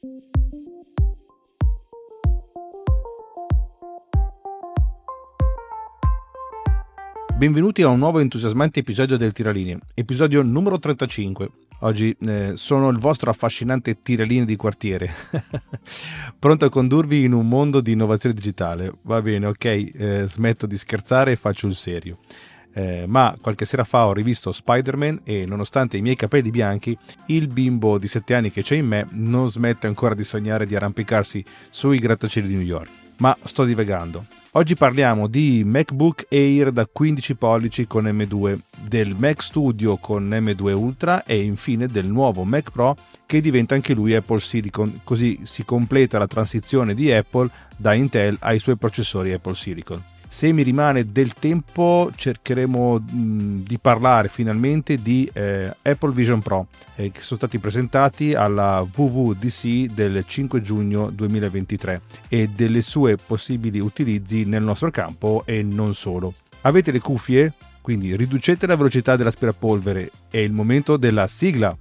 Benvenuti a un nuovo entusiasmante episodio del Tiralinee, episodio numero 35. Oggi sono il vostro affascinante tiralinee di quartiere, pronto a condurvi in un mondo di innovazione digitale. Va bene, ok, smetto di scherzare e faccio il serio. Ma qualche sera fa ho rivisto Spider-Man e nonostante i miei capelli bianchi, il bimbo di 7 anni che c'è in me non smette ancora di sognare di arrampicarsi sui grattacieli di New York. Ma sto divagando. Oggi parliamo di MacBook Air da 15 pollici con M2, del Mac Studio con M2 Ultra e infine del nuovo Mac Pro che diventa anche lui Apple Silicon, così si completa la transizione di Apple da Intel ai suoi processori Apple Silicon. Se mi rimane del tempo cercheremo di parlare finalmente di Apple Vision Pro che sono stati presentati alla WWDC del 5 giugno 2023 e delle sue possibili utilizzi nel nostro campo e non solo. Avete le cuffie? Quindi riducete la velocità dell'aspirapolvere, è il momento della sigla!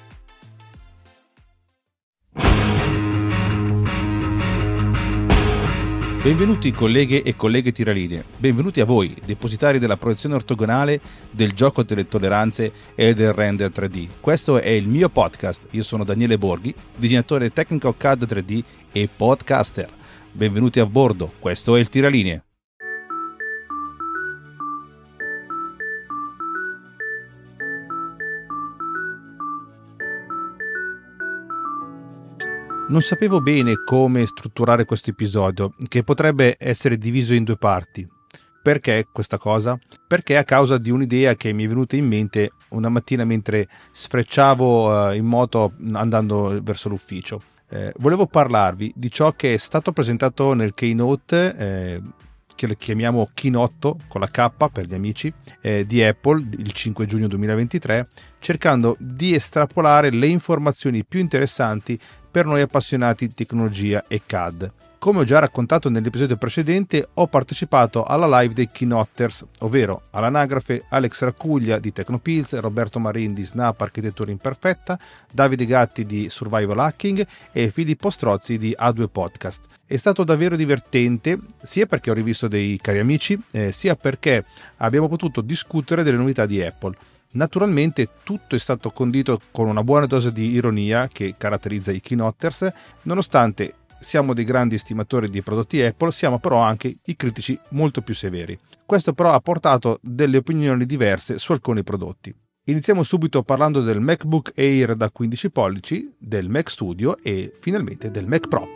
Benvenuti colleghe e colleghe tiralinee, benvenuti a voi, depositari della proiezione ortogonale, del gioco delle tolleranze e del render 3D. Questo è il mio podcast, io sono Daniele Borghi, disegnatore tecnico CAD 3D e podcaster. Benvenuti a bordo, questo è il Tiralinee. Non sapevo bene come strutturare questo episodio, che potrebbe essere diviso in due parti. Perché questa cosa? Perché a causa di un'idea che mi è venuta in mente una mattina mentre sfrecciavo in moto andando verso l'ufficio. Volevo parlarvi di ciò che è stato presentato nel Keynote, che lo chiamiamo Keynote con la K per gli amici, di Apple il 5 giugno 2023, cercando di estrapolare le informazioni più interessanti per noi appassionati di tecnologia e CAD. Come ho già raccontato nell'episodio precedente, ho partecipato alla live dei Keynoters, ovvero all'anagrafe Alex Raccuglia di Tecnopills, Roberto Marin di Snap Architettura Imperfetta, Davide Gatti di Survival Hacking e Filippo Strozzi di A2 Podcast. È stato davvero divertente, sia perché ho rivisto dei cari amici, sia perché abbiamo potuto discutere delle novità di Apple. Naturalmente tutto è stato condito con una buona dose di ironia che caratterizza i Keynoters, nonostante siamo dei grandi estimatori di prodotti Apple, siamo però anche i critici molto più severi. Questo però ha portato delle opinioni diverse su alcuni prodotti. Iniziamo subito parlando del MacBook Air da 15 pollici, del Mac Studio e finalmente del Mac Pro.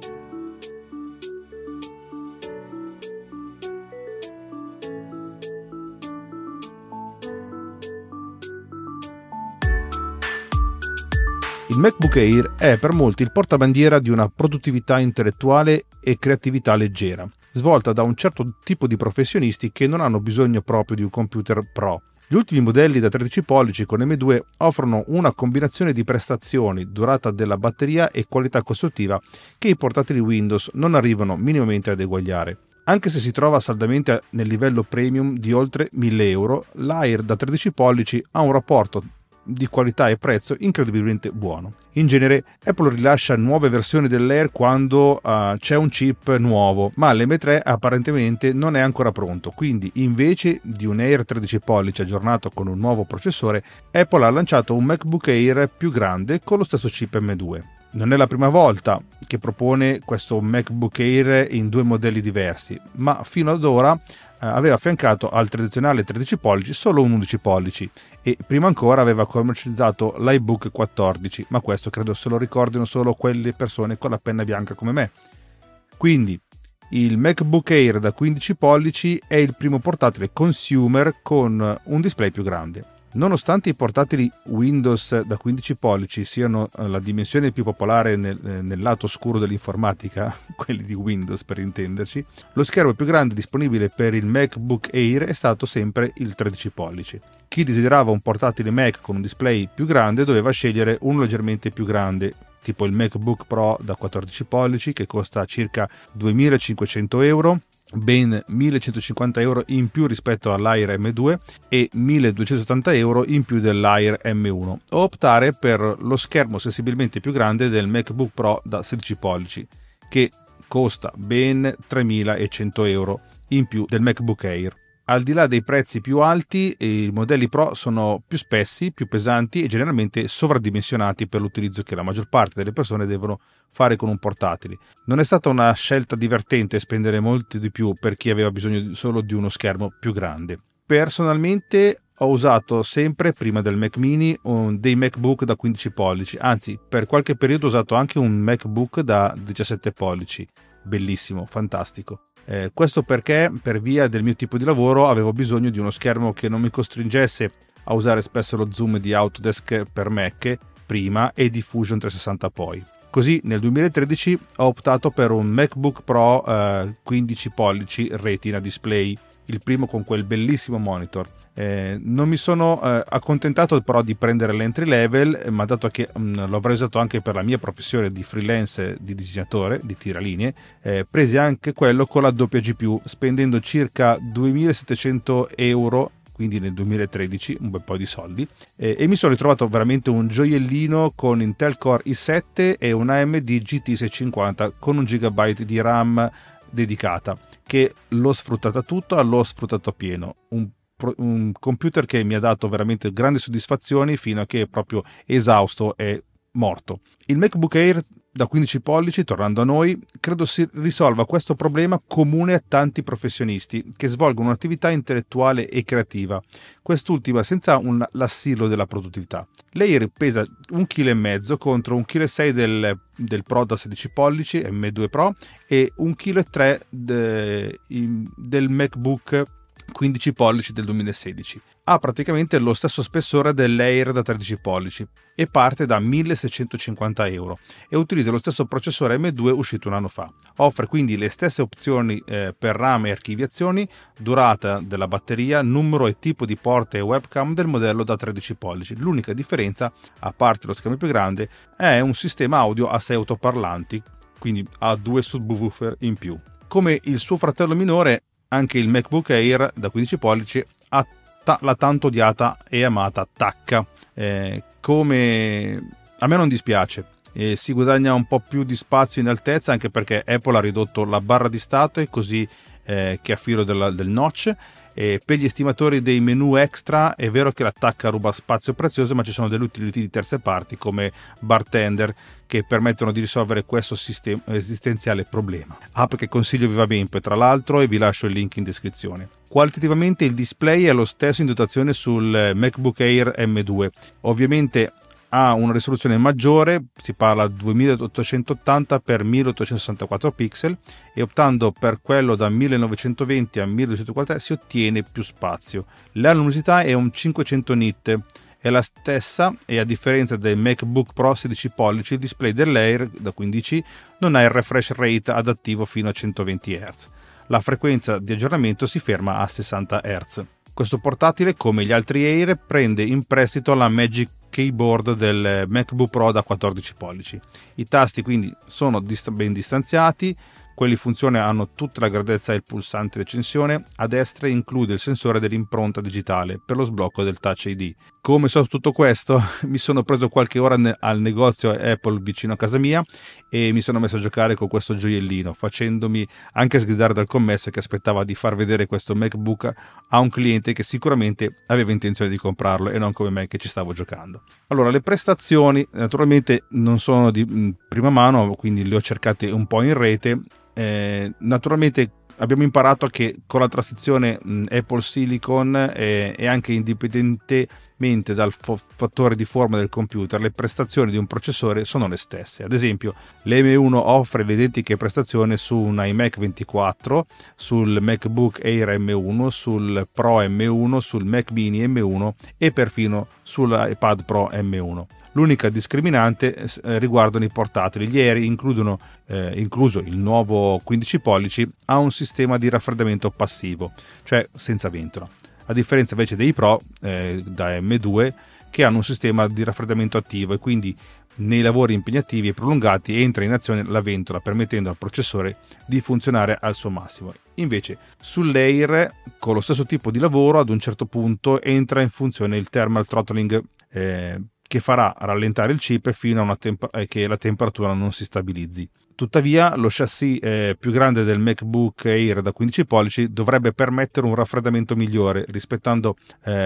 Il MacBook Air è per molti il portabandiera di una produttività intellettuale e creatività leggera, svolta da un certo tipo di professionisti che non hanno bisogno proprio di un computer pro. Gli ultimi modelli da 13 pollici con M2 offrono una combinazione di prestazioni, durata della batteria e qualità costruttiva che i portatili Windows non arrivano minimamente ad eguagliare. Anche se si trova saldamente nel livello premium di oltre 1.000 euro, l'Air da 13 pollici ha un rapporto di qualità e prezzo incredibilmente buono. In genere Apple rilascia nuove versioni dell'Air quando c'è un chip nuovo, ma l'M3 apparentemente non è ancora pronto, quindi invece di un Air 13 pollici aggiornato con un nuovo processore, Apple ha lanciato un MacBook Air più grande con lo stesso chip M2. Non è la prima volta che propone questo MacBook Air in due modelli diversi, ma fino ad ora aveva affiancato al tradizionale 13 pollici solo un 11 pollici e prima ancora aveva commercializzato l'iBook 14, ma questo credo se lo ricordino solo quelle persone con la penna bianca come me. Quindi il MacBook Air da 15 pollici è il primo portatile consumer con un display più grande. Nonostante i portatili Windows da 15 pollici siano la dimensione più popolare nel lato oscuro dell'informatica, quelli di Windows per intenderci, lo schermo più grande disponibile per il MacBook Air è stato sempre il 13 pollici. Chi desiderava un portatile Mac con un display più grande doveva scegliere uno leggermente più grande, tipo il MacBook Pro da 14 pollici che costa circa 2.500 euro, ben 1.150 euro in più rispetto all'Air M2 e 1.280 euro in più dell'Air M1, o optare per lo schermo sensibilmente più grande del MacBook Pro da 16 pollici, che costa ben 3.100 euro in più del MacBook Air. Al di là dei prezzi più alti, i modelli Pro sono più spessi, più pesanti e generalmente sovradimensionati per l'utilizzo che la maggior parte delle persone devono fare con un portatile. Non è stata una scelta divertente spendere molto di più per chi aveva bisogno solo di uno schermo più grande. Personalmente ho usato sempre, prima del Mac mini, dei MacBook da 15 pollici, anzi per qualche periodo ho usato anche un MacBook da 17 pollici. Bellissimo, fantastico. Questo perché per via del mio tipo di lavoro avevo bisogno di uno schermo che non mi costringesse a usare spesso lo zoom di Autodesk per Mac prima e di Fusion 360 poi. Così nel 2013 ho optato per un MacBook Pro 15 pollici Retina display, il primo con quel bellissimo monitor. Non mi sono accontentato però di prendere l'entry level, ma dato che lo avrei usato anche per la mia professione di freelance di disegnatore di tiralinee, presi anche quello con la doppia GPU, spendendo circa 2.700 euro, quindi nel 2013 un bel po' di soldi, e mi sono ritrovato veramente un gioiellino con Intel Core i7 e un AMD GT 650 con 1 GB di RAM dedicata, che l'ho sfruttata tutta, l'ho sfruttato a pieno. Un computer che mi ha dato veramente grandi soddisfazioni fino a che proprio esausto è morto. Il MacBook Air da 15 pollici, tornando a noi, credo si risolva questo problema comune a tanti professionisti che svolgono un'attività intellettuale e creativa, quest'ultima senza l'assillo della produttività. L'Air pesa 1,5 kg contro 1,6 kg del Pro da 16 pollici M2 Pro e 1,3 kg del MacBook 15 pollici del 2016. Ha praticamente lo stesso spessore dell'Air da 13 pollici e parte da 1.650 euro e utilizza lo stesso processore M2 uscito un anno fa. Offre quindi le stesse opzioni per RAM e archiviazioni, durata della batteria, numero e tipo di porte e webcam del modello da 13 pollici. L'unica differenza, a parte lo schermo più grande, è un sistema audio a 6 autoparlanti, quindi ha 2 subwoofer in più. Come il suo fratello minore, anche il MacBook Air da 15 pollici ha la tanto odiata e amata tacca. Come a me non dispiace, si guadagna un po' più di spazio in altezza, anche perché Apple ha ridotto la barra di state così che a filo del notch. Per gli estimatori dei menu extra è vero che l'attacca ruba spazio prezioso, ma ci sono delle utility di terze parti come Bartender che permettono di risolvere questo esistenziale problema. App che consiglio vivamente tra l'altro, e vi lascio il link in descrizione. Qualitativamente il display è lo stesso in dotazione sul MacBook Air M2, ovviamente ha una risoluzione maggiore, si parla 2880 x 1864 pixel, e optando per quello da 1920 a 1240 si ottiene più spazio. La luminosità è un 500 nit, è la stessa, e a differenza del MacBook Pro 16 pollici il display dell'Air da 15 non ha il refresh rate adattivo fino a 120 Hz. La frequenza di aggiornamento si ferma a 60 Hz. Questo portatile, come gli altri Air, prende in prestito la Magic Keyboard del MacBook Pro da 14 pollici. I tasti quindi sono ben distanziati, quelli funzione hanno tutta la grandezza e il pulsante di accensione, a destra include il sensore dell'impronta digitale per lo sblocco del Touch ID. Come so tutto questo, mi sono preso qualche ora al negozio Apple vicino a casa mia e mi sono messo a giocare con questo gioiellino, facendomi anche sgridare dal commesso che aspettava di far vedere questo MacBook a un cliente che sicuramente aveva intenzione di comprarlo e non come me che ci stavo giocando. Allora, le prestazioni naturalmente non sono di prima mano, quindi le ho cercate un po' in rete. Naturalmente abbiamo imparato che con la transizione Apple Silicon e anche indipendentemente dal fattore di forma del computer, le prestazioni di un processore sono le stesse. Ad esempio, l'M1 offre le identiche prestazioni su un iMac 24, sul MacBook Air M1, sul Pro M1, sul Mac Mini M1 e perfino sull'iPad Pro M1. L'unica discriminante riguardano i portatili. Gli Air incluso il nuovo 15 pollici, ha un sistema di raffreddamento passivo, cioè senza ventola, a differenza invece dei Pro da M2 che hanno un sistema di raffreddamento attivo e quindi nei lavori impegnativi e prolungati entra in azione la ventola, permettendo al processore di funzionare al suo massimo. Invece sull'Air, con lo stesso tipo di lavoro, ad un certo punto entra in funzione il thermal throttling, che farà rallentare il chip fino a che la temperatura non si stabilizzi. Tuttavia lo chassis più grande del MacBook Air da 15 pollici dovrebbe permettere un raffreddamento migliore rispetto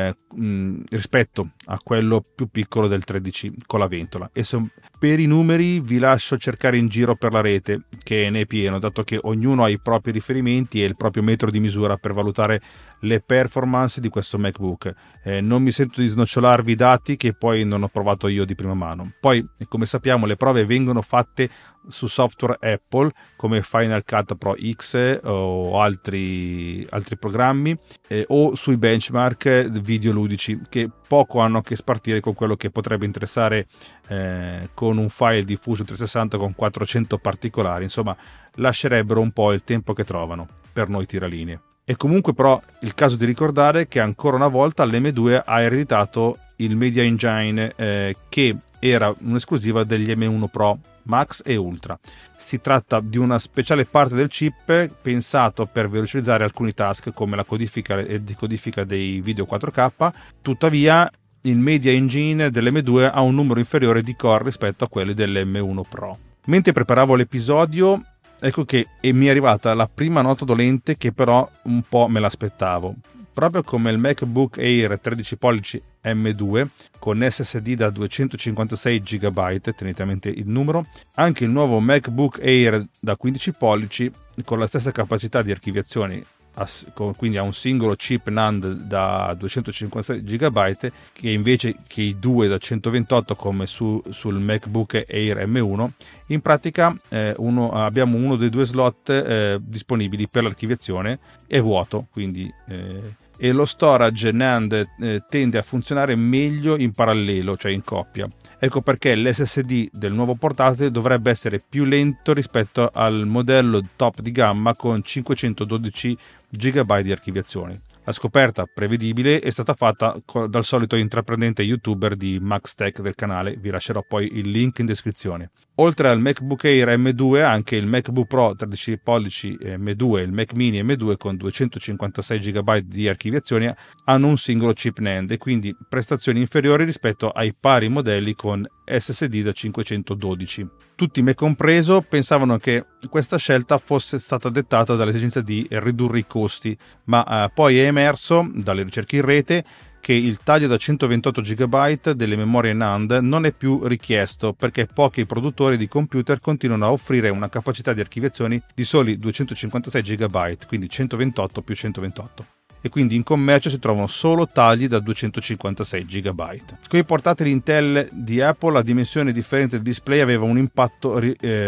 a quello più piccolo del 13 con la ventola. E per i numeri vi lascio cercare in giro per la rete, che ne è pieno, dato che ognuno ha i propri riferimenti e il proprio metro di misura per valutare le performance di questo MacBook. Non mi sento di snocciolarvi i dati che poi non ho provato io di prima mano. Poi, come sappiamo, le prove vengono fatte su software Apple come Final Cut Pro X o altri programmi, o sui benchmark videoludici che poco hanno a che spartire con quello che potrebbe interessare con un file di Fusion 360 con 400 particolari. Insomma, lascerebbero un po' il tempo che trovano per noi tiralinee. È comunque però il caso di ricordare che ancora una volta l'M2 ha ereditato il Media Engine, che era un'esclusiva degli M1 Pro Max e Ultra. Si tratta di una speciale parte del chip pensato per velocizzare alcuni task come la codifica e decodifica dei video 4K. Tuttavia il Media Engine dell'M2 ha un numero inferiore di core rispetto a quelli dell'M1 Pro. Mentre preparavo l'episodio, ecco che mi è arrivata la prima nota dolente, che però un po' me l'aspettavo. Proprio come il MacBook Air 13 pollici M2 con SSD da 256 GB, tenete a mente il numero, anche il nuovo MacBook Air da 15 pollici con la stessa capacità di archiviazione, quindi ha un singolo chip NAND da 256 GB, che invece che i due da 128 come sul MacBook Air M1. In pratica abbiamo uno dei due slot disponibili per l'archiviazione, è vuoto, quindi e lo storage NAND tende a funzionare meglio in parallelo, cioè in coppia. Ecco perché l'SSD del nuovo portatile dovrebbe essere più lento rispetto al modello top di gamma con 512 GB di archiviazione. La scoperta prevedibile è stata fatta dal solito intraprendente youtuber di MaxTech del canale, vi lascerò poi il link in descrizione. Oltre al MacBook Air M2, anche il MacBook Pro 13 pollici M2 e il Mac Mini M2 con 256 GB di archiviazione hanno un singolo chip NAND e quindi prestazioni inferiori rispetto ai pari modelli con SSD da 512. Tutti, me compreso, pensavano che questa scelta fosse stata dettata dall'esigenza di ridurre i costi, ma poi è emerso dalle ricerche in rete che il taglio da 128 GB delle memorie NAND non è più richiesto perché pochi produttori di computer continuano a offrire una capacità di archiviazione di soli 256 GB, quindi 128 più 128. E quindi in commercio si trovano solo tagli da 256 GB. Con i portatili Intel di Apple la dimensione differente del display aveva un impatto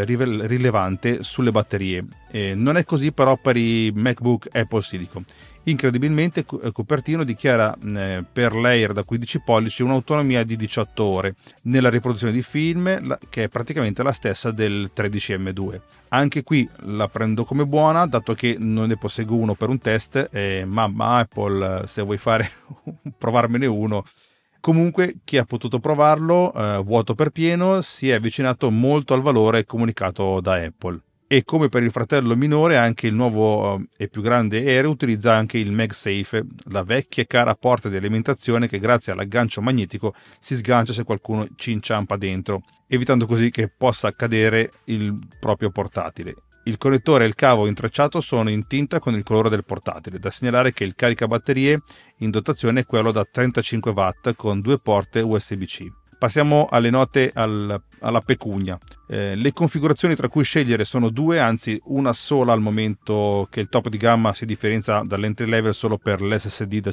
rilevante sulle batterie. Non è così però per i MacBook Apple Silicon. Incredibilmente Cupertino dichiara per l'Air da 15 pollici un'autonomia di 18 ore nella riproduzione di film, che è praticamente la stessa del 13M2. Anche qui la prendo come buona, dato che non ne posseggo uno per un test, mamma Apple, se vuoi provarmene uno. Comunque chi ha potuto provarlo, vuoto per pieno, si è avvicinato molto al valore comunicato da Apple. E come per il fratello minore, anche il nuovo e più grande Air utilizza anche il MagSafe, la vecchia e cara porta di alimentazione che grazie all'aggancio magnetico si sgancia se qualcuno ci inciampa dentro, evitando così che possa cadere il proprio portatile. Il connettore e il cavo intrecciato sono in tinta con il colore del portatile. Da segnalare che il caricabatterie in dotazione è quello da 35 watt con 2 porte USB-C. Passiamo alle note alla pecunia. Le configurazioni tra cui scegliere sono due, anzi una sola al momento, che il top di gamma si differenzia dall'entry level solo per l'SSD da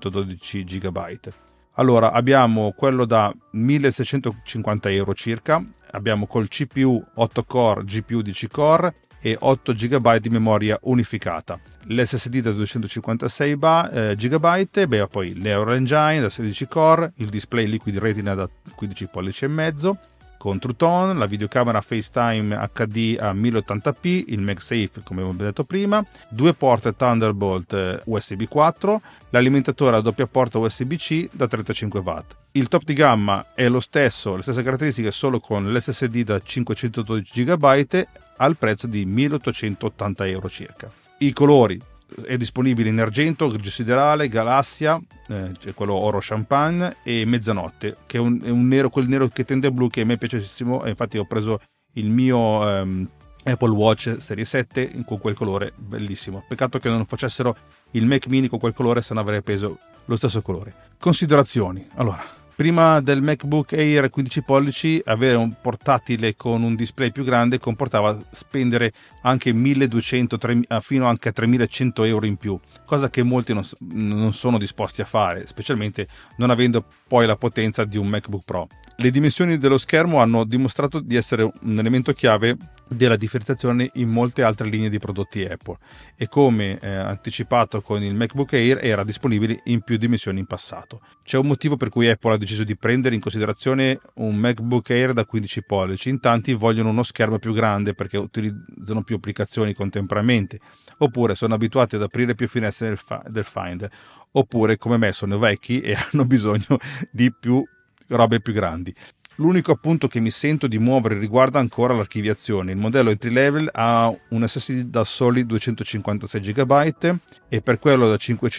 512 GB. Allora, abbiamo quello da 1.650 euro circa, abbiamo col CPU 8 core, GPU 10 core e 8 GB di memoria unificata. L'SSD da 256 GB, poi l'Eural Engine da 16 core, il display Liquid Retina da 15 pollici e mezzo, con True Tone, la videocamera FaceTime HD a 1080p, il MagSafe come abbiamo detto prima, 2 porte Thunderbolt USB 4, l'alimentatore a doppia porta USB-C da 35 watt. Il top di gamma è lo stesso, le stesse caratteristiche, solo con l'SSD da 512 GB al prezzo di 1880 euro circa. I colori è disponibile in argento, grigio siderale, galassia, cioè quello oro champagne, e mezzanotte, che è un nero, quel nero che tende a blu, che a me piacessimo, e infatti ho preso il mio Apple Watch Serie 7 con quel colore, bellissimo. Peccato che non facessero il Mac Mini con quel colore, se non avrei preso lo stesso colore. Considerazioni. Allora, prima del MacBook Air 15 pollici, avere un portatile con un display più grande comportava spendere anche 1200 fino anche a 3100 euro in più, cosa che molti non sono disposti a fare, specialmente non avendo poi la potenza di un MacBook Pro. Le dimensioni dello schermo hanno dimostrato di essere un elemento chiave della differenziazione in molte altre linee di prodotti Apple, e come anticipato con il MacBook Air era disponibile in più dimensioni in passato. C'è un motivo per cui Apple ha deciso di prendere in considerazione un MacBook Air da 15 pollici. In tanti vogliono uno schermo più grande perché utilizzano più applicazioni contemporaneamente, oppure sono abituati ad aprire più finestre del Finder, oppure come me sono vecchi e hanno bisogno di più robe più grandi. L'unico appunto che mi sento di muovere riguarda ancora l'archiviazione. Il modello entry level ha un SSD da soli 256 GB e per quello da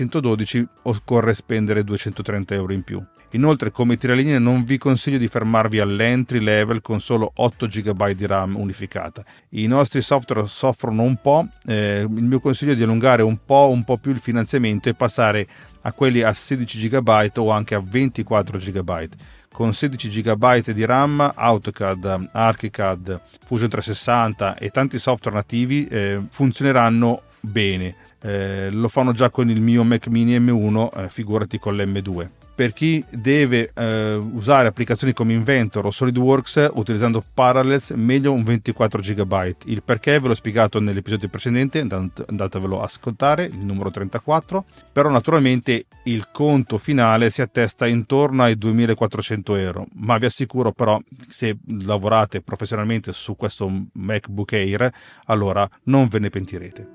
512 occorre spendere 230 euro in più. Inoltre, come tiralinea, non vi consiglio di fermarvi all'entry level con solo 8 GB di RAM unificata. I nostri software soffrono un po', il mio consiglio è di allungare un po' più il finanziamento e passare a quelli a 16 GB o anche a 24 GB. Con 16 GB di RAM, AutoCAD, ArchiCAD, Fusion 360 e tanti software nativi funzioneranno bene. Lo fanno già con il mio Mac Mini M1, figurati con l'M2. Per chi deve usare applicazioni come Inventor o SolidWorks utilizzando Parallels, meglio un 24 GB. Il perché ve l'ho spiegato nell'episodio precedente, andatevelo a ascoltare, il numero 34. Però naturalmente il conto finale si attesta intorno ai 2400 euro, ma vi assicuro però, se lavorate professionalmente su questo MacBook Air, allora non ve ne pentirete.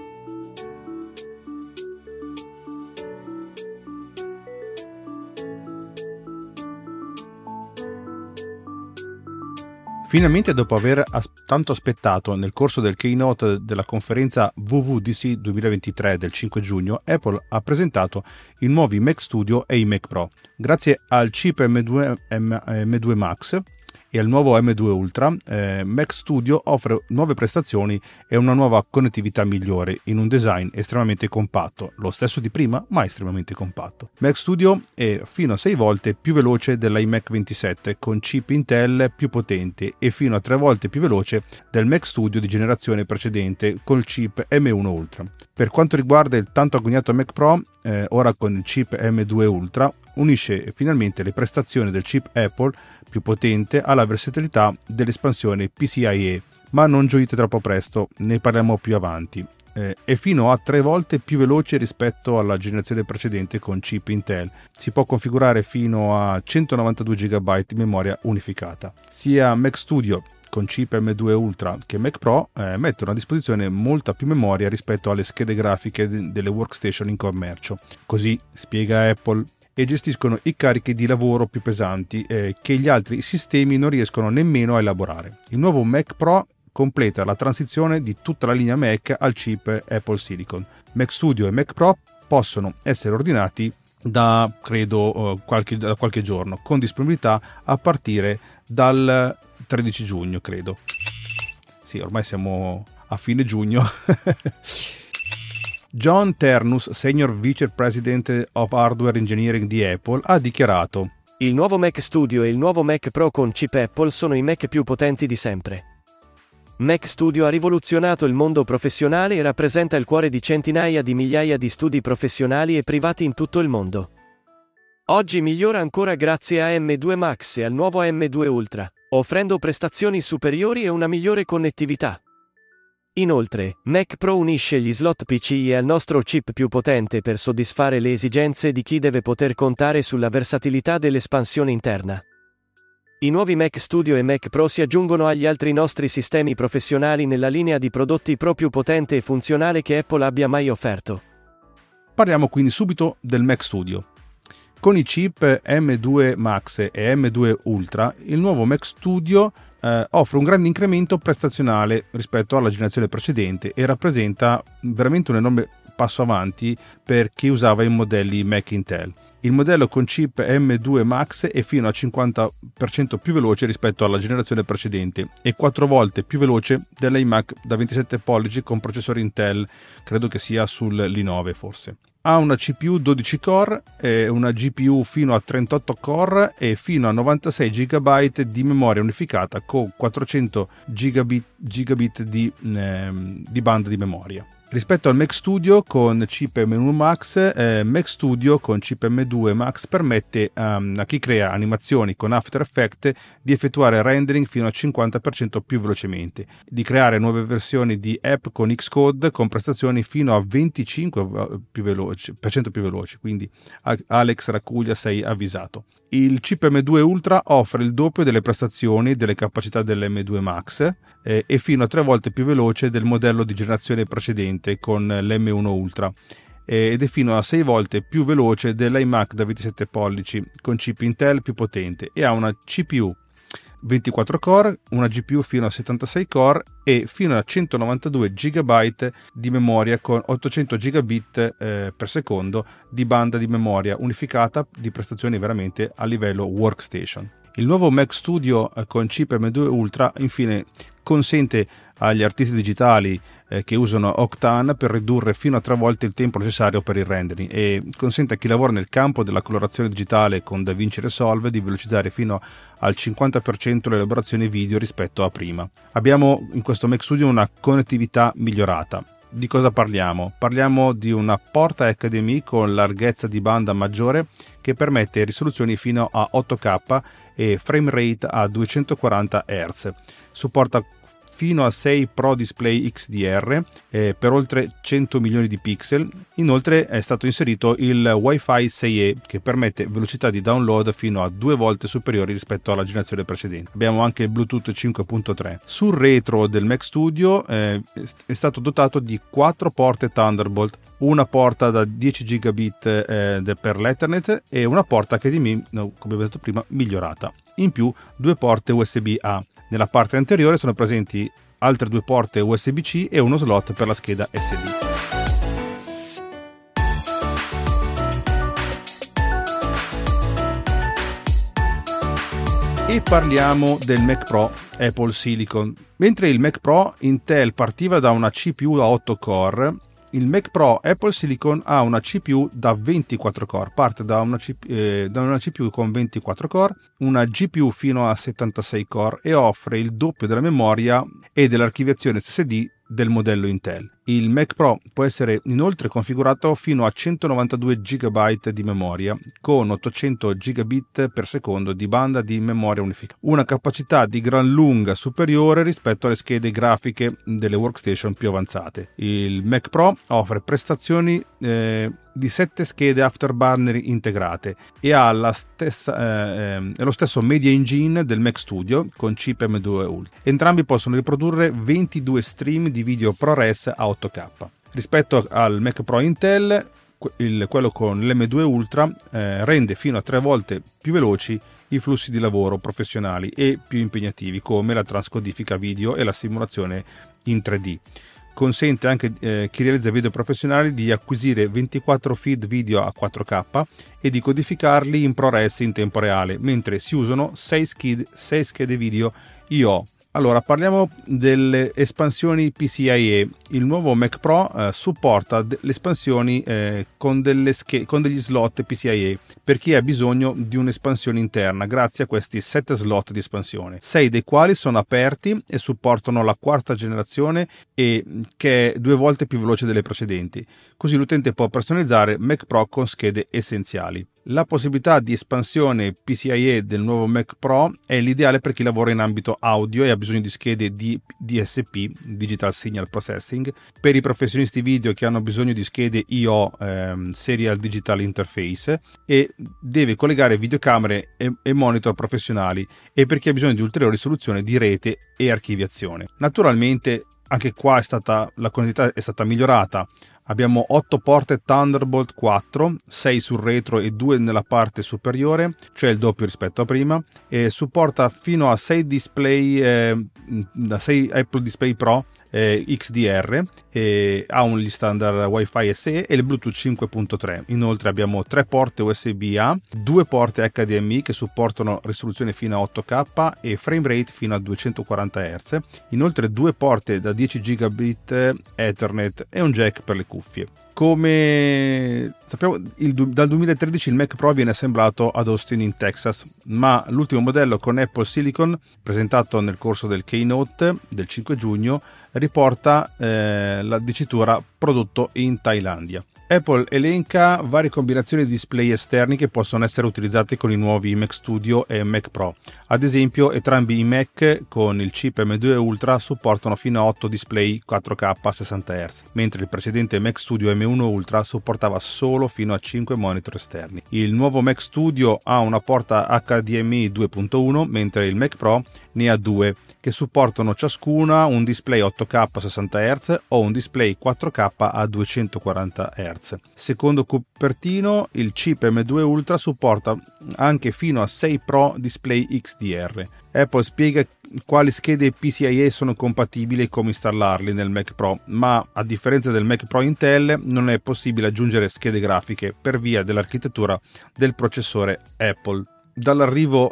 Finalmente, dopo aver tanto aspettato, nel corso del keynote della conferenza WWDC 2023 del 5 giugno, Apple ha presentato i nuovi Mac Studio e i Mac Pro. Grazie al chip M2 Max e al nuovo M2 Ultra, Mac Studio offre nuove prestazioni e una nuova connettività migliore in un design estremamente compatto, lo stesso di prima ma estremamente compatto. Mac Studio è fino a 6 volte più veloce dell'iMac 27 con chip Intel più potente e fino a 3 volte più veloce del Mac Studio di generazione precedente col chip M1 Ultra. Per quanto riguarda il tanto agognato Mac Pro, ora con il chip M2 Ultra unisce finalmente le prestazioni del chip Apple più potente alla versatilità dell'espansione PCIe, ma non gioite troppo presto, ne parliamo più avanti. È fino a 3 volte più veloce rispetto alla generazione precedente con chip Intel. Si può configurare fino a 192 GB di memoria unificata. Sia Mac Studio con chip M2 Ultra che Mac Pro mettono a disposizione molta più memoria rispetto alle schede grafiche delle workstation in commercio. Così spiega Apple, e gestiscono i carichi di lavoro più pesanti che gli altri sistemi non riescono nemmeno a elaborare. Il nuovo Mac Pro completa la transizione di tutta la linea Mac al chip Apple Silicon. Mac Studio e Mac Pro possono essere ordinati da qualche giorno, con disponibilità a partire dal 13 giugno, credo. Sì, ormai siamo a fine giugno. John Ternus, Senior Vice President of Hardware Engineering di Apple, ha dichiarato: il nuovo Mac Studio e il nuovo Mac Pro con chip Apple sono i Mac più potenti di sempre. Mac Studio ha rivoluzionato il mondo professionale e rappresenta il cuore di centinaia di migliaia di studi professionali e privati in tutto il mondo. Oggi migliora ancora grazie a M2 Max e al nuovo M2 Ultra, offrendo prestazioni superiori e una migliore connettività. Inoltre, Mac Pro unisce gli slot PCIe al nostro chip più potente per soddisfare le esigenze di chi deve poter contare sulla versatilità dell'espansione interna. I nuovi Mac Studio e Mac Pro si aggiungono agli altri nostri sistemi professionali nella linea di prodotti Pro più potente e funzionale che Apple abbia mai offerto. Parliamo quindi subito del Mac Studio. Con i chip M2 Max e M2 Ultra, il nuovo Mac Studio offre un grande incremento prestazionale rispetto alla generazione precedente e rappresenta veramente un enorme passo avanti per chi usava i modelli Mac Intel. Il modello con chip M2 Max è fino a 50% più veloce rispetto alla generazione precedente e 4 volte più veloce dell'iMac da 27 pollici con processore Intel, credo che sia sull'i9 forse. Ha una CPU 12 core, una GPU fino a 38 core e fino a 96 GB di memoria unificata con 400 gigabit di banda di memoria. Rispetto al Mac Studio con chip M1 Max, Mac Studio con chip M2 Max permette a chi crea animazioni con After Effects di effettuare rendering fino al 50% più velocemente, di creare nuove versioni di app con Xcode con prestazioni fino a 25% più veloci, quindi Alex Racuglia sei avvisato. Il chip M2 Ultra offre il doppio delle prestazioni e delle capacità dell'M2 Max e fino a 3 volte più veloce del modello di generazione precedente con l'M1 Ultra ed è fino a 6 volte più veloce dell'iMac da 27 pollici con chip Intel più potente e ha una CPU 24 core, una GPU fino a 76 core e fino a 192 GB di memoria con 800 gigabit per secondo di banda di memoria unificata di prestazioni veramente a livello workstation. Il nuovo Mac Studio con chip M2 Ultra infine consente agli artisti digitali che usano Octane per ridurre fino a 3 volte il tempo necessario per il rendering e consente a chi lavora nel campo della colorazione digitale con DaVinci Resolve di velocizzare fino al 50% l'elaborazione video rispetto a prima. Abbiamo in questo Mac Studio una connettività migliorata. Di cosa parliamo? Parliamo di una porta HDMI con larghezza di banda maggiore che permette risoluzioni fino a 8K e frame rate a 240 Hz. Supporta fino a 6 Pro Display XDR per oltre 100 milioni di pixel. Inoltre è stato inserito il Wi-Fi 6E che permette velocità di download fino a 2 volte superiori rispetto alla generazione precedente. Abbiamo anche il Bluetooth 5.3. Sul retro del Mac Studio è stato dotato di 4 porte Thunderbolt, una porta da 10 gigabit per l'Ethernet e una porta HDMI, come abbiamo detto prima, migliorata. In più 2 porte USB-A. Nella parte anteriore sono presenti altre 2 porte USB-C e uno slot per la scheda SD. E parliamo del Mac Pro Apple Silicon. Mentre il Mac Pro Intel partiva da una CPU a 8 core, il Mac Pro Apple Silicon ha una CPU da 24 core, parte da una CPU con 24 core, una GPU fino a 76 core e offre il doppio della memoria e dell'archiviazione SSD del modello Intel. Il Mac Pro può essere inoltre configurato fino a 192 GB di memoria con 800 gigabit per secondo di banda di memoria unificata, una capacità di gran lunga superiore rispetto alle schede grafiche delle workstation più avanzate. Il Mac Pro offre prestazioni di 7 schede Afterburner integrate e ha lo stesso Media Engine del Mac Studio con chip M2 Ultra. Entrambi possono riprodurre 22 stream di video ProRes a 8K. Rispetto al Mac Pro Intel, quello con l'M2 Ultra rende fino a 3 volte più veloci i flussi di lavoro professionali e più impegnativi come la transcodifica video e la simulazione in 3D. Consente anche chi realizza video professionali di acquisire 24 feed video a 4K e di codificarli in ProRes in tempo reale, mentre si usano 6 schede video I/O. Allora, parliamo delle espansioni PCIe. Il nuovo Mac Pro supporta le espansioni con degli slot PCIe per chi ha bisogno di un'espansione interna grazie a questi 7 slot di espansione, 6 dei quali sono aperti e supportano la 4ª generazione e che è 2 volte più veloce delle precedenti. Così l'utente può personalizzare Mac Pro con schede essenziali. La possibilità di espansione PCIe del nuovo Mac Pro è l'ideale per chi lavora in ambito audio e ha bisogno di schede di DSP, Digital Signal Processing, per i professionisti video che hanno bisogno di schede I/O, Serial Digital Interface, e deve collegare videocamere e monitor professionali, e per chi ha bisogno di ulteriori soluzioni di rete e archiviazione. Naturalmente anche qua la connettività è stata migliorata. Abbiamo 8 porte Thunderbolt 4, 6 sul retro e 2 nella parte superiore, cioè il doppio rispetto a prima, e supporta fino a 6 display, da 6 Apple Display Pro XDR, e ha gli standard Wi-Fi SE e il Bluetooth 5.3. Inoltre abbiamo 3 porte USB-A, 2 porte HDMI che supportano risoluzione fino a 8K e frame rate fino a 240 Hz, inoltre 2 porte da 10 gigabit Ethernet e un jack per le cuffie. Come sappiamo, dal 2013 il Mac Pro viene assemblato ad Austin in Texas, ma l'ultimo modello con Apple Silicon, presentato nel corso del Keynote del 5 giugno, riporta la dicitura prodotto in Thailandia. Apple elenca varie combinazioni di display esterni che possono essere utilizzate con i nuovi Mac Studio e Mac Pro. Ad esempio, entrambi i Mac con il chip M2 Ultra supportano fino a 8 display 4K a 60 Hz, mentre il precedente Mac Studio M1 Ultra supportava solo fino a 5 monitor esterni. Il nuovo Mac Studio ha una porta HDMI 2.1, mentre il Mac Pro ne ha 2, che supportano ciascuna un display 8K a 60 Hz o un display 4K a 240 Hz. Secondo Cupertino, il chip M2 Ultra supporta anche fino a 6 Pro display XDR. Apple spiega quali schede PCIe sono compatibili e come installarli nel Mac Pro, ma a differenza del Mac Pro Intel non è possibile aggiungere schede grafiche per via dell'architettura del processore Apple. Dall'arrivo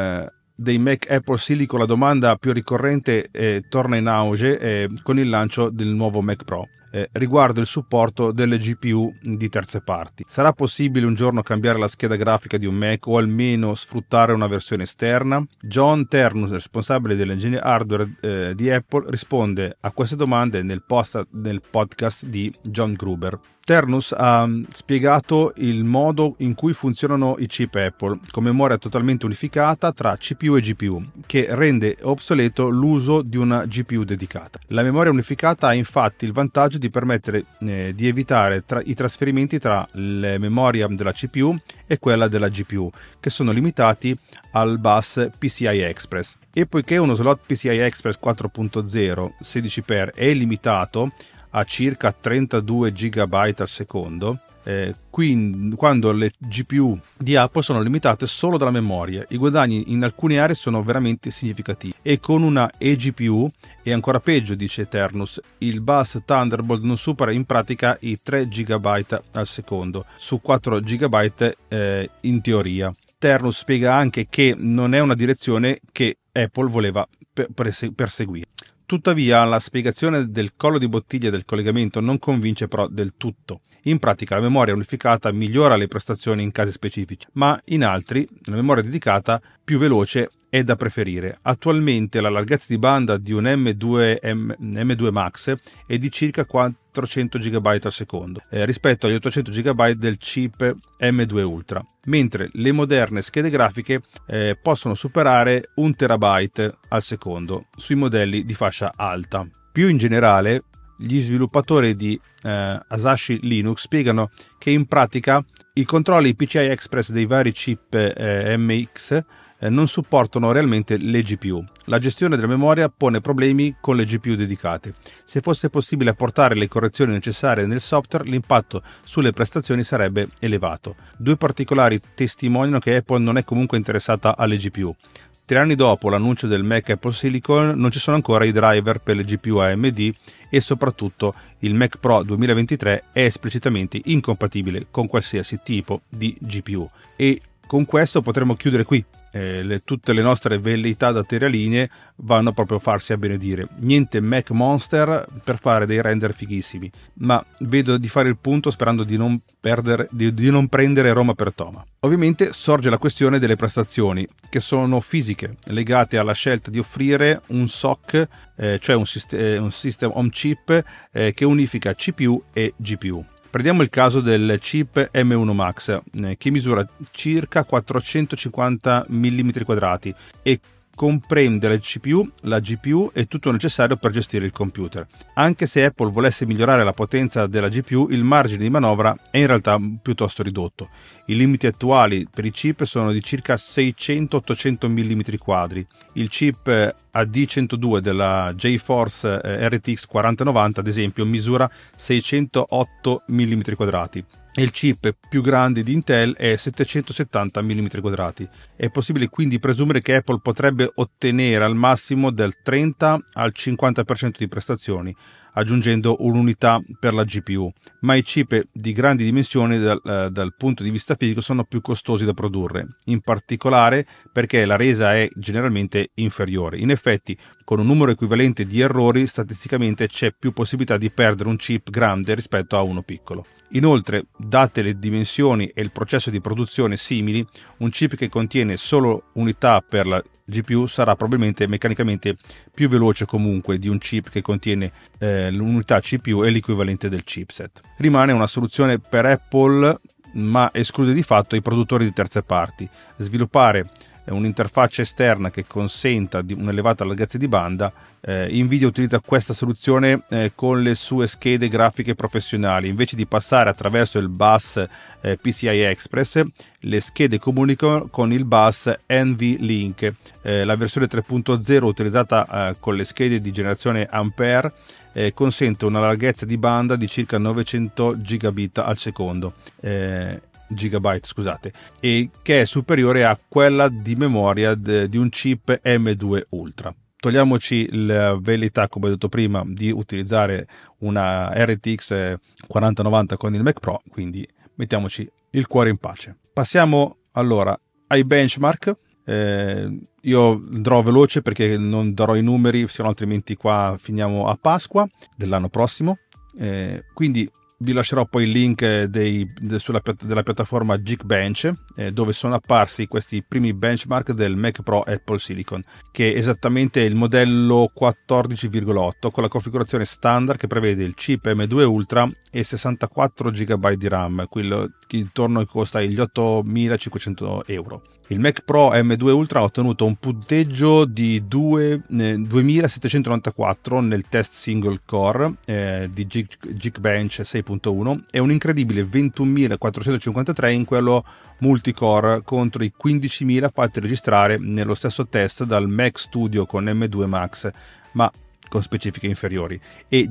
dei Mac Apple Silicon la domanda più ricorrente torna in auge con il lancio del nuovo Mac Pro. Riguardo il supporto delle GPU di terze parti. Sarà possibile un giorno cambiare la scheda grafica di un Mac o almeno sfruttare una versione esterna? John Ternus, responsabile dell'engineering hardware di Apple, risponde a queste domande nel podcast di John Gruber. Ternus ha spiegato il modo in cui funzionano i chip Apple con memoria totalmente unificata tra CPU e GPU, che rende obsoleto l'uso di una GPU dedicata. La memoria unificata ha infatti il vantaggio di permettere di evitare i trasferimenti tra la memoria della CPU e quella della GPU, che sono limitati al bus PCI Express. E poiché uno slot PCI Express 4.0 16x è limitato a circa 32 GB al secondo, quindi quando le GPU di Apple sono limitate solo dalla memoria, i guadagni in alcune aree sono veramente significativi. E con una eGPU è ancora peggio, dice Ternus. Il bus Thunderbolt non supera in pratica i 3 GB al secondo su 4 GB in teoria. Ternus spiega anche che non è una direzione che Apple voleva perseguire. Tuttavia, la spiegazione del collo di bottiglia del collegamento non convince però del tutto. In pratica la memoria unificata migliora le prestazioni in casi specifici, ma in altri la memoria dedicata più veloce è da preferire. Attualmente la larghezza di banda di un M2 Max è di circa 400 GB al secondo rispetto agli 800 GB del chip M2 Ultra, mentre le moderne schede grafiche possono superare 1 TB al secondo sui modelli di fascia alta. Più in generale, gli sviluppatori di Asahi Linux spiegano che in pratica i controlli PCI Express dei vari chip MX non supportano realmente le GPU. La gestione della memoria pone problemi con le GPU dedicate. Se fosse possibile apportare le correzioni necessarie nel software, l'impatto sulle prestazioni sarebbe elevato. 2 particolari testimoniano che Apple non è comunque interessata alle GPU. 3 anni dopo l'annuncio del Mac Apple Silicon non ci sono ancora i driver per le GPU AMD e soprattutto il Mac Pro 2023 è esplicitamente incompatibile con qualsiasi tipo di GPU. E con questo potremmo chiudere qui. Tutte le nostre velleità datorialine vanno proprio a farsi a benedire. Niente Mac Monster per fare dei render fighissimi, ma vedo di fare il punto sperando di non prendere Roma per Toma. Ovviamente sorge la questione delle prestazioni, che sono fisiche, legate alla scelta di offrire un SoC, cioè un System on Chip che unifica CPU e GPU. Prendiamo il caso del chip M1 Max che misura circa 450 mm² e comprende la CPU, la GPU e tutto il necessario per gestire il computer. Anche se Apple volesse migliorare la potenza della GPU, il margine di manovra è in realtà piuttosto ridotto. I limiti attuali per i chip sono di circa 600-800 mm². Il chip AD102 della GeForce RTX 4090, ad esempio, misura 608 mm². E il chip più grande di Intel è 770 mm². È possibile quindi presumere che Apple potrebbe ottenere al massimo del 30 al 50% di prestazioni, aggiungendo un'unità per la GPU, ma i chip di grandi dimensioni dal punto di vista fisico sono più costosi da produrre, in particolare perché la resa è generalmente inferiore. In effetti, con un numero equivalente di errori, statisticamente c'è più possibilità di perdere un chip grande rispetto a uno piccolo. Inoltre, date le dimensioni e il processo di produzione simili, un chip che contiene solo unità per la GPU sarà probabilmente meccanicamente più veloce comunque di un chip che contiene l'unità CPU e l'equivalente del chipset. Rimane una soluzione per Apple, ma esclude di fatto i produttori di terze parti. Sviluppare un'interfaccia esterna che consenta di un'elevata larghezza di banda. Nvidia utilizza questa soluzione con le sue schede grafiche professionali. Invece di passare attraverso il bus PCI Express, le schede comunicano con il bus NVLink. La versione 3.0 utilizzata con le schede di generazione Ampere consente una larghezza di banda di circa 900 gigabit al secondo. Gigabyte, scusate, e che è superiore a quella di memoria di un chip M2 Ultra. Togliamoci la velleità, come ho detto prima, di utilizzare una RTX 4090 con il Mac Pro, quindi mettiamoci il cuore in pace. Passiamo allora ai benchmark. Io andrò veloce perché non darò i numeri, se no altrimenti qua finiamo a Pasqua dell'anno prossimo. Quindi vi lascerò poi il link della piattaforma Geekbench, dove sono apparsi questi primi benchmark del Mac Pro Apple Silicon, che è esattamente il modello 14,8 con la configurazione standard che prevede il chip M2 Ultra e 64 GB di RAM, quello che intorno costa gli 8.500 euro. Il Mac Pro M2 Ultra ha ottenuto un punteggio di 2794 nel test single core di Geekbench 6.1 e un incredibile 21.453 in quello multicore contro i 15.000 fatti registrare nello stesso test dal Mac Studio con M2 Max, ma con specifiche inferiori, e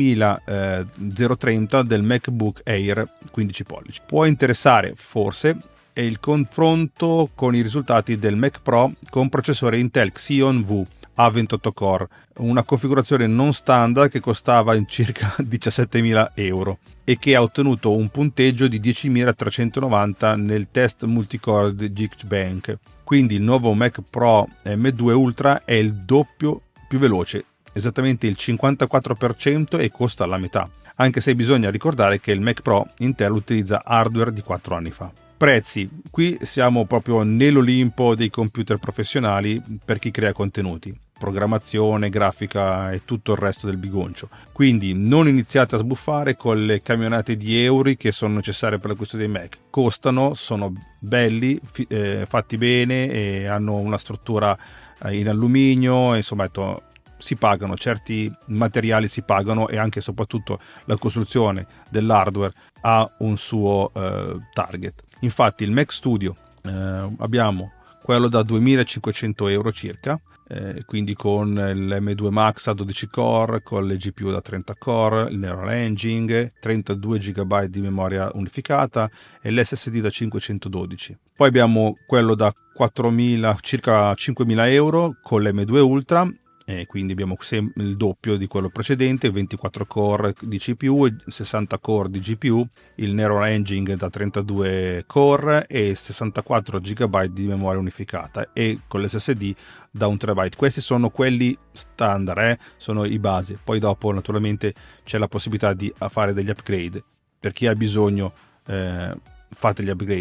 10.030 del MacBook Air 15 pollici. Può interessare forse è il confronto con i risultati del Mac Pro con processore Intel Xeon V A28 core, una configurazione non standard che costava in circa 17.000 euro e che ha ottenuto un punteggio di 10.390 nel test multicore di Geekbench. Quindi il nuovo Mac Pro M2 Ultra è il doppio più veloce, esattamente il 54%, e costa la metà, anche se bisogna ricordare che il Mac Pro Intel utilizza hardware di 4 anni fa. Prezzi, qui siamo proprio nell'Olimpo dei computer professionali per chi crea contenuti, programmazione, grafica e tutto il resto del bigoncio. Quindi non iniziate a sbuffare con le camionate di euro che sono necessarie per l'acquisto dei Mac. Costano, sono belli, fatti bene e hanno una struttura in alluminio, insomma si pagano, certi materiali si pagano, e anche e soprattutto la costruzione dell'hardware ha un suo target. Infatti il Mac Studio abbiamo quello da 2.500 euro circa, quindi con l'M2 Max a 12 core, con le GPU da 30 core, il Neural Engine, 32 GB di memoria unificata e l'SSD da 512. Poi abbiamo quello da 4.000, circa 5.000 euro con l'M2 Ultra, quindi abbiamo il doppio di quello precedente, 24 core di CPU e 60 core di GPU, il Neural Engine da 32 core e 64 GB di memoria unificata, e con l'SSD da 1 TB. Questi sono quelli standard, sono i base. Poi dopo naturalmente c'è la possibilità di fare degli upgrade. Per chi ha bisogno fate gli upgrade.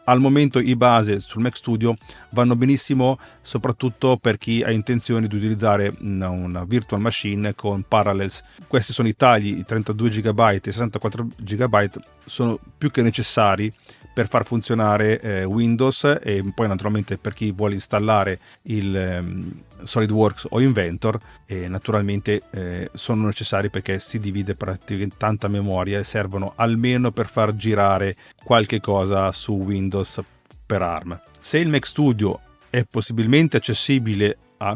al momento i base sul Mac Studio vanno benissimo soprattutto per chi ha intenzione di utilizzare una virtual machine con Parallels. Questi sono i tagli, i 32 GB e 64 GB sono più che necessari per far funzionare Windows, e poi naturalmente per chi vuole installare il SolidWorks o Inventor, naturalmente sono necessari perché si divide praticamente tanta memoria e servono almeno per far girare qualche cosa su Windows per ARM. Se il Mac Studio è possibilmente accessibile a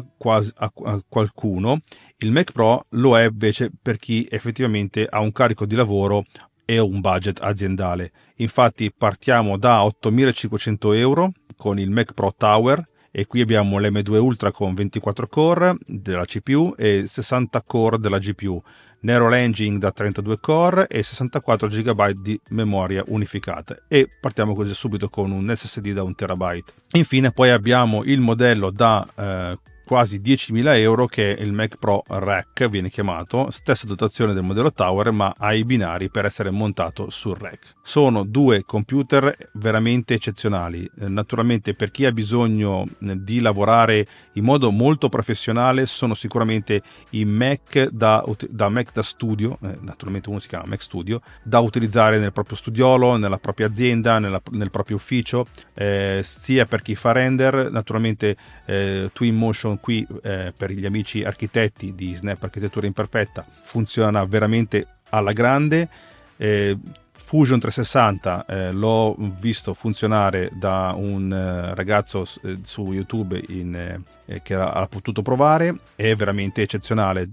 qualcuno, il Mac Pro lo è invece per chi effettivamente ha un carico di lavoro e un budget aziendale. Infatti partiamo da 8.500 euro con il Mac Pro Tower, e qui abbiamo l'M2 Ultra con 24 core della CPU e 60 core della GPU, Neural Engine da 32 core e 64 GB di memoria unificata, e partiamo così subito con un SSD da 1 TB. Infine poi abbiamo il modello da quasi 10.000 euro, che è il Mac Pro Rack, viene chiamato, stessa dotazione del modello Tower ma ha i binari per essere montato sul rack. Sono due computer veramente eccezionali. Naturalmente per chi ha bisogno di lavorare in modo molto professionale sono sicuramente i Mac da Mac da studio, naturalmente uno si chiama Mac Studio, da utilizzare nel proprio studiolo, nella propria azienda, nel proprio ufficio, sia per chi fa render, naturalmente Twinmotion qui per gli amici architetti di Snap Architettura Imperfetta funziona veramente alla grande. Fusion 360 l'ho visto funzionare da un ragazzo su YouTube che ha potuto provare, è veramente eccezionale,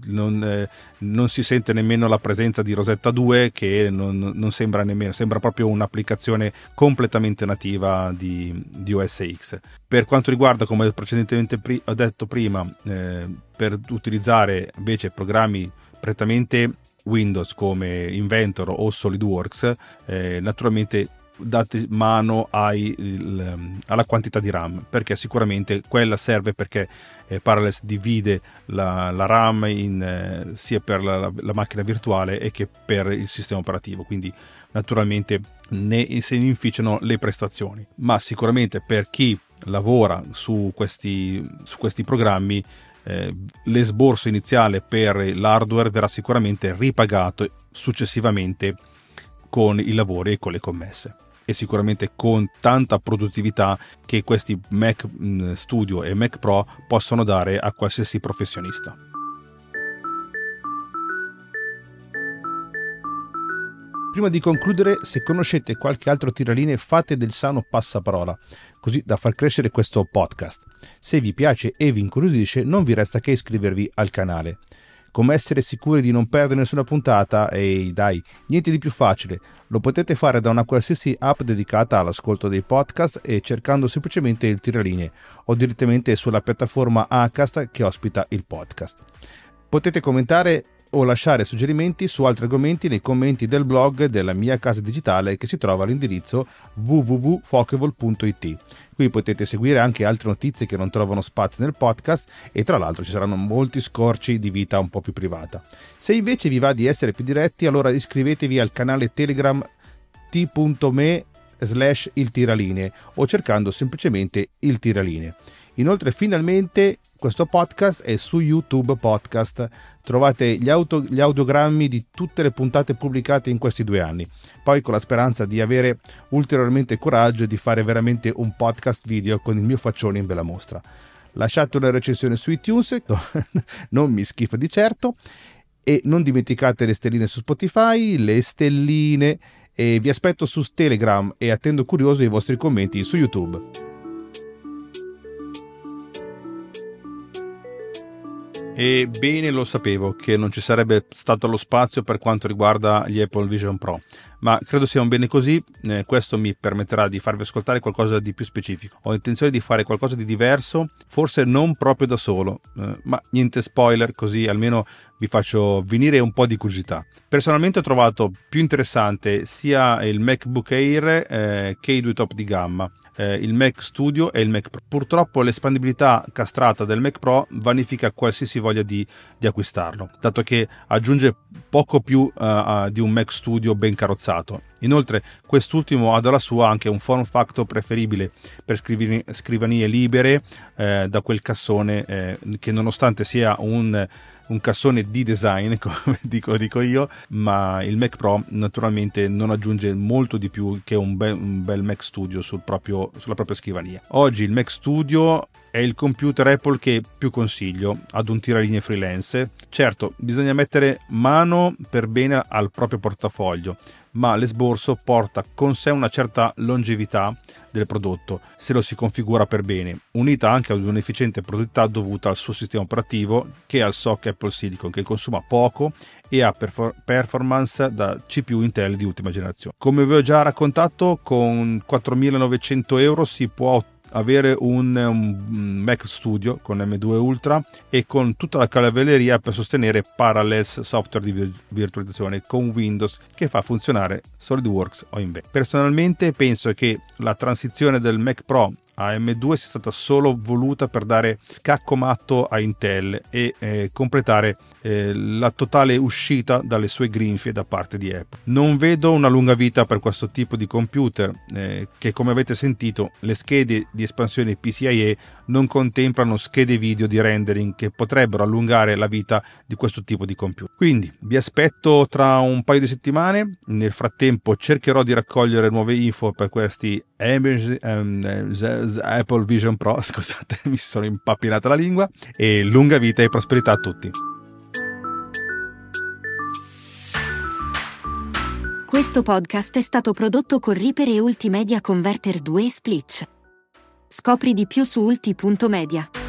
non si sente nemmeno la presenza di Rosetta 2, che non sembra nemmeno, sembra proprio un'applicazione completamente nativa di OS X. Per quanto riguarda, come precedentemente ho detto prima, per utilizzare invece programmi prettamente Windows come Inventor o SolidWorks, naturalmente date mano alla quantità di RAM, perché sicuramente quella serve, perché Parallels divide la RAM sia per la macchina virtuale e che per il sistema operativo, quindi naturalmente se ne inficiano le prestazioni. Ma sicuramente per chi lavora su questi programmi, l'esborso iniziale per l'hardware verrà sicuramente ripagato successivamente con i lavori e con le commesse, e sicuramente con tanta produttività che questi Mac Studio e Mac Pro possono dare a qualsiasi professionista. Prima di concludere, se conoscete qualche altro tiralinee, fate del sano passaparola, così da far crescere questo podcast. Se vi piace e vi incuriosisce, non vi resta che iscrivervi al canale. Come essere sicuri di non perdere nessuna puntata? Ehi, dai, niente di più facile. Lo potete fare da una qualsiasi app dedicata all'ascolto dei podcast e cercando semplicemente il tiralinee, o direttamente sulla piattaforma Acast che ospita il podcast. Potete commentare o lasciare suggerimenti su altri argomenti nei commenti del blog della mia casa digitale, che si trova all'indirizzo www.fokevol.it. Qui potete seguire anche altre notizie che non trovano spazio nel podcast, e tra l'altro ci saranno molti scorci di vita un po' più privata. Se invece vi va di essere più diretti, allora iscrivetevi al canale Telegram t.me/il tiralinee, o cercando semplicemente il tiralinee. Inoltre finalmente questo podcast è su YouTube Podcast, trovate gli audiogrammi di tutte le puntate pubblicate in questi 2 anni, poi con la speranza di avere ulteriormente coraggio di fare veramente un podcast video con il mio faccione in bella mostra. Lasciate una recensione su iTunes, non mi schifo di certo, e non dimenticate le stelline su Spotify, le stelline, e vi aspetto su Telegram e attendo curioso i vostri commenti su YouTube. E bene, lo sapevo che non ci sarebbe stato lo spazio per quanto riguarda gli Apple Vision Pro, ma credo sia un bene così. Questo mi permetterà di farvi ascoltare qualcosa di più specifico. Ho intenzione di fare qualcosa di diverso, forse non proprio da solo, ma niente spoiler, così almeno vi faccio venire un po' di curiosità. Personalmente ho trovato più interessante sia il MacBook Air che i 2 top di gamma, il Mac Studio e il Mac Pro. Purtroppo l'espandibilità castrata del Mac Pro vanifica qualsiasi voglia di acquistarlo, dato che aggiunge poco più di un Mac Studio ben carrozzato. Inoltre quest'ultimo ha dalla sua anche un form factor preferibile per scrivanie libere da quel cassone che nonostante sia un cassone di design, come dico io, ma il Mac Pro naturalmente non aggiunge molto di più che un bel Mac Studio sulla propria scrivania. Oggi il Mac Studio è il computer Apple che più consiglio ad un tiralinee freelance. Certo, bisogna mettere mano per bene al proprio portafoglio, ma l'esborso porta con sé una certa longevità del prodotto se lo si configura per bene, unita anche ad un'efficiente produttività dovuta al suo sistema operativo che è al SoC Apple Silicon, che consuma poco e ha performance da CPU Intel di ultima generazione. Come vi ho già raccontato, con 4.900 euro si può avere un Mac Studio con M2 Ultra e con tutta la cavalleria per sostenere Parallels software di virtualizzazione con Windows che fa funzionare SolidWorks o Embed. Personalmente penso che la transizione del Mac Pro a M2 sia stata solo voluta per dare scacco matto a Intel e completare la totale uscita dalle sue grinfie da parte di Apple. Non vedo una lunga vita per questo tipo di computer che, come avete sentito, le schede di espansione PCIe non contemplano schede video di rendering che potrebbero allungare la vita di questo tipo di computer. Quindi vi aspetto tra un paio di settimane. Nel frattempo cercherò di raccogliere nuove info per questi Apple Vision Pro, scusate, mi sono impappinata la lingua, e lunga vita e prosperità a tutti. Questo podcast è stato prodotto con Reaper e Ultimedia Converter 2 Splitch. Scopri di più su ulti.media.